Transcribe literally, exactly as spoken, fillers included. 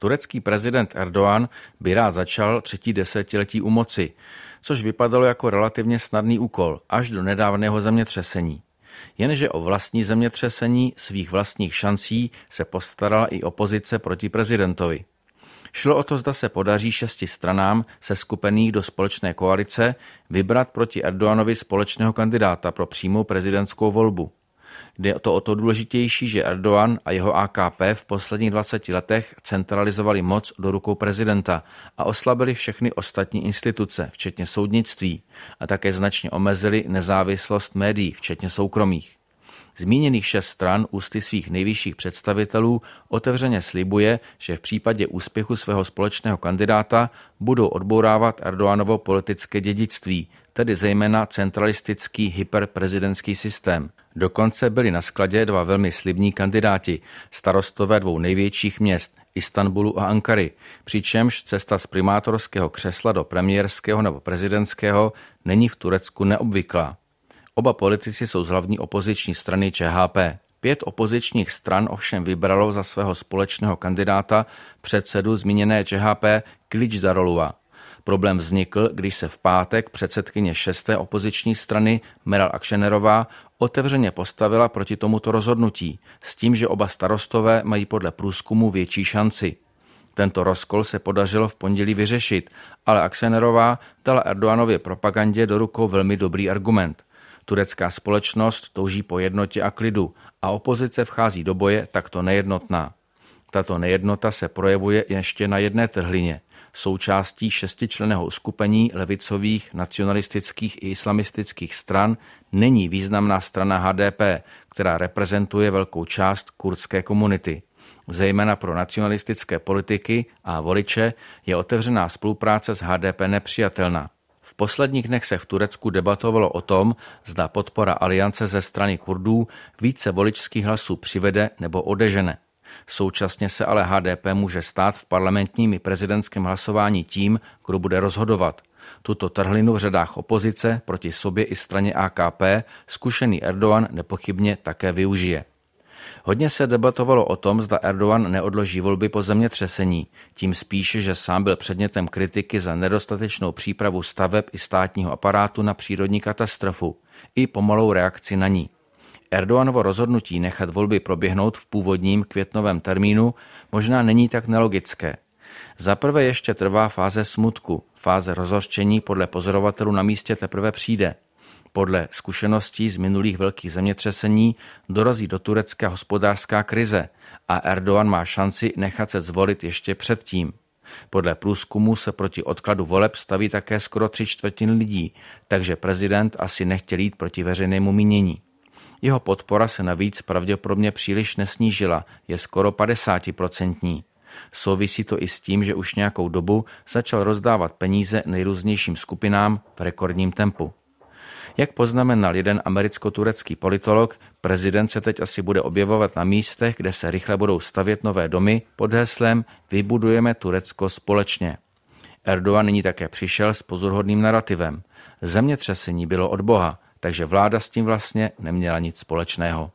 Turecký prezident Erdogan by rád začal třetí desetiletí u moci, což vypadalo jako relativně snadný úkol až do nedávného zemětřesení. Jenže o vlastní zemětřesení svých vlastních šancí se postarala i opozice proti prezidentovi. Šlo o to, zda se podaří šesti stranám seskupených do společné koalice vybrat proti Erdoganovi společného kandidáta pro přímou prezidentskou volbu. Jde to o to důležitější, že Erdogan a jeho A K P v posledních dvaceti letech centralizovali moc do rukou prezidenta a oslabili všechny ostatní instituce, včetně soudnictví, a také značně omezili nezávislost médií, včetně soukromých. Zmíněných šest stran ústy svých nejvyšších představitelů otevřeně slibuje, že v případě úspěchu svého společného kandidáta budou odbourávat Erdoganovo politické dědictví, tedy zejména centralistický hyperprezidentský systém. Dokonce byli na skladě dva velmi slibní kandidáti, starostové dvou největších měst, Istanbulu a Ankary, přičemž cesta z primátorského křesla do premiérského nebo prezidentského není v Turecku neobvyklá. Oba politici jsou z hlavní opoziční strany Č H P. Pět opozičních stran ovšem vybralo za svého společného kandidáta předsedu zmíněné Č H P Kılıçdaroğlu'a. Problém vznikl, když se v pátek předsedkyně šesté opoziční strany Meral Akşenerová otevřeně postavila proti tomuto rozhodnutí, s tím, že oba starostové mají podle průzkumu větší šanci. Tento rozkol se podařilo v pondělí vyřešit, ale Akşenerová dala Erdoganově propagandě do rukou velmi dobrý argument. Turecká společnost touží po jednotě a klidu a opozice vchází do boje takto nejednotná. Tato nejednota se projevuje ještě na jedné trhlině. Součástí šestičlenného uskupení levicových, nacionalistických i islamistických stran není významná strana H D P, která reprezentuje velkou část kurdské komunity. Zejména pro nacionalistické politiky a voliče je otevřená spolupráce s H D P nepřijatelná. V posledních dnech se v Turecku debatovalo o tom, zda podpora aliance ze strany Kurdů více voličských hlasů přivede nebo odežene. Současně se ale H D P může stát v parlamentním i prezidentském hlasování tím, kdo bude rozhodovat. Tuto trhlinu v řadách opozice proti sobě i straně A K P zkušený Erdogan nepochybně také využije. Hodně se debatovalo o tom, zda Erdogan neodloží volby po zemětřesení, tím spíše, že sám byl předmětem kritiky za nedostatečnou přípravu staveb i státního aparátu na přírodní katastrofu i pomalou reakci na ní. Erdoganovo rozhodnutí nechat volby proběhnout v původním květnovém termínu možná není tak nelogické. Zaprvé ještě trvá fáze smutku, fáze rozhořčení podle pozorovatelů na místě teprve přijde. Podle zkušeností z minulých velkých zemětřesení dorazí do Turecka hospodářská krize a Erdogan má šanci nechat se zvolit ještě předtím. Podle průzkumu se proti odkladu voleb staví také skoro tři čtvrtiny lidí, takže prezident asi nechtěl jít proti veřejnému mínění. Jeho podpora se navíc pravděpodobně příliš nesnížila, je skoro padesátiprocentní. Souvisí to i s tím, že už nějakou dobu začal rozdávat peníze nejrůznějším skupinám v rekordním tempu. Jak poznamenal jeden americko-turecký politolog, prezident se teď asi bude objevovat na místech, kde se rychle budou stavět nové domy pod heslem Vybudujeme Turecko společně. Erdogan nyní také přišel s pozoruhodným narativem. Zemětřesení bylo od Boha, takže vláda s tím vlastně neměla nic společného.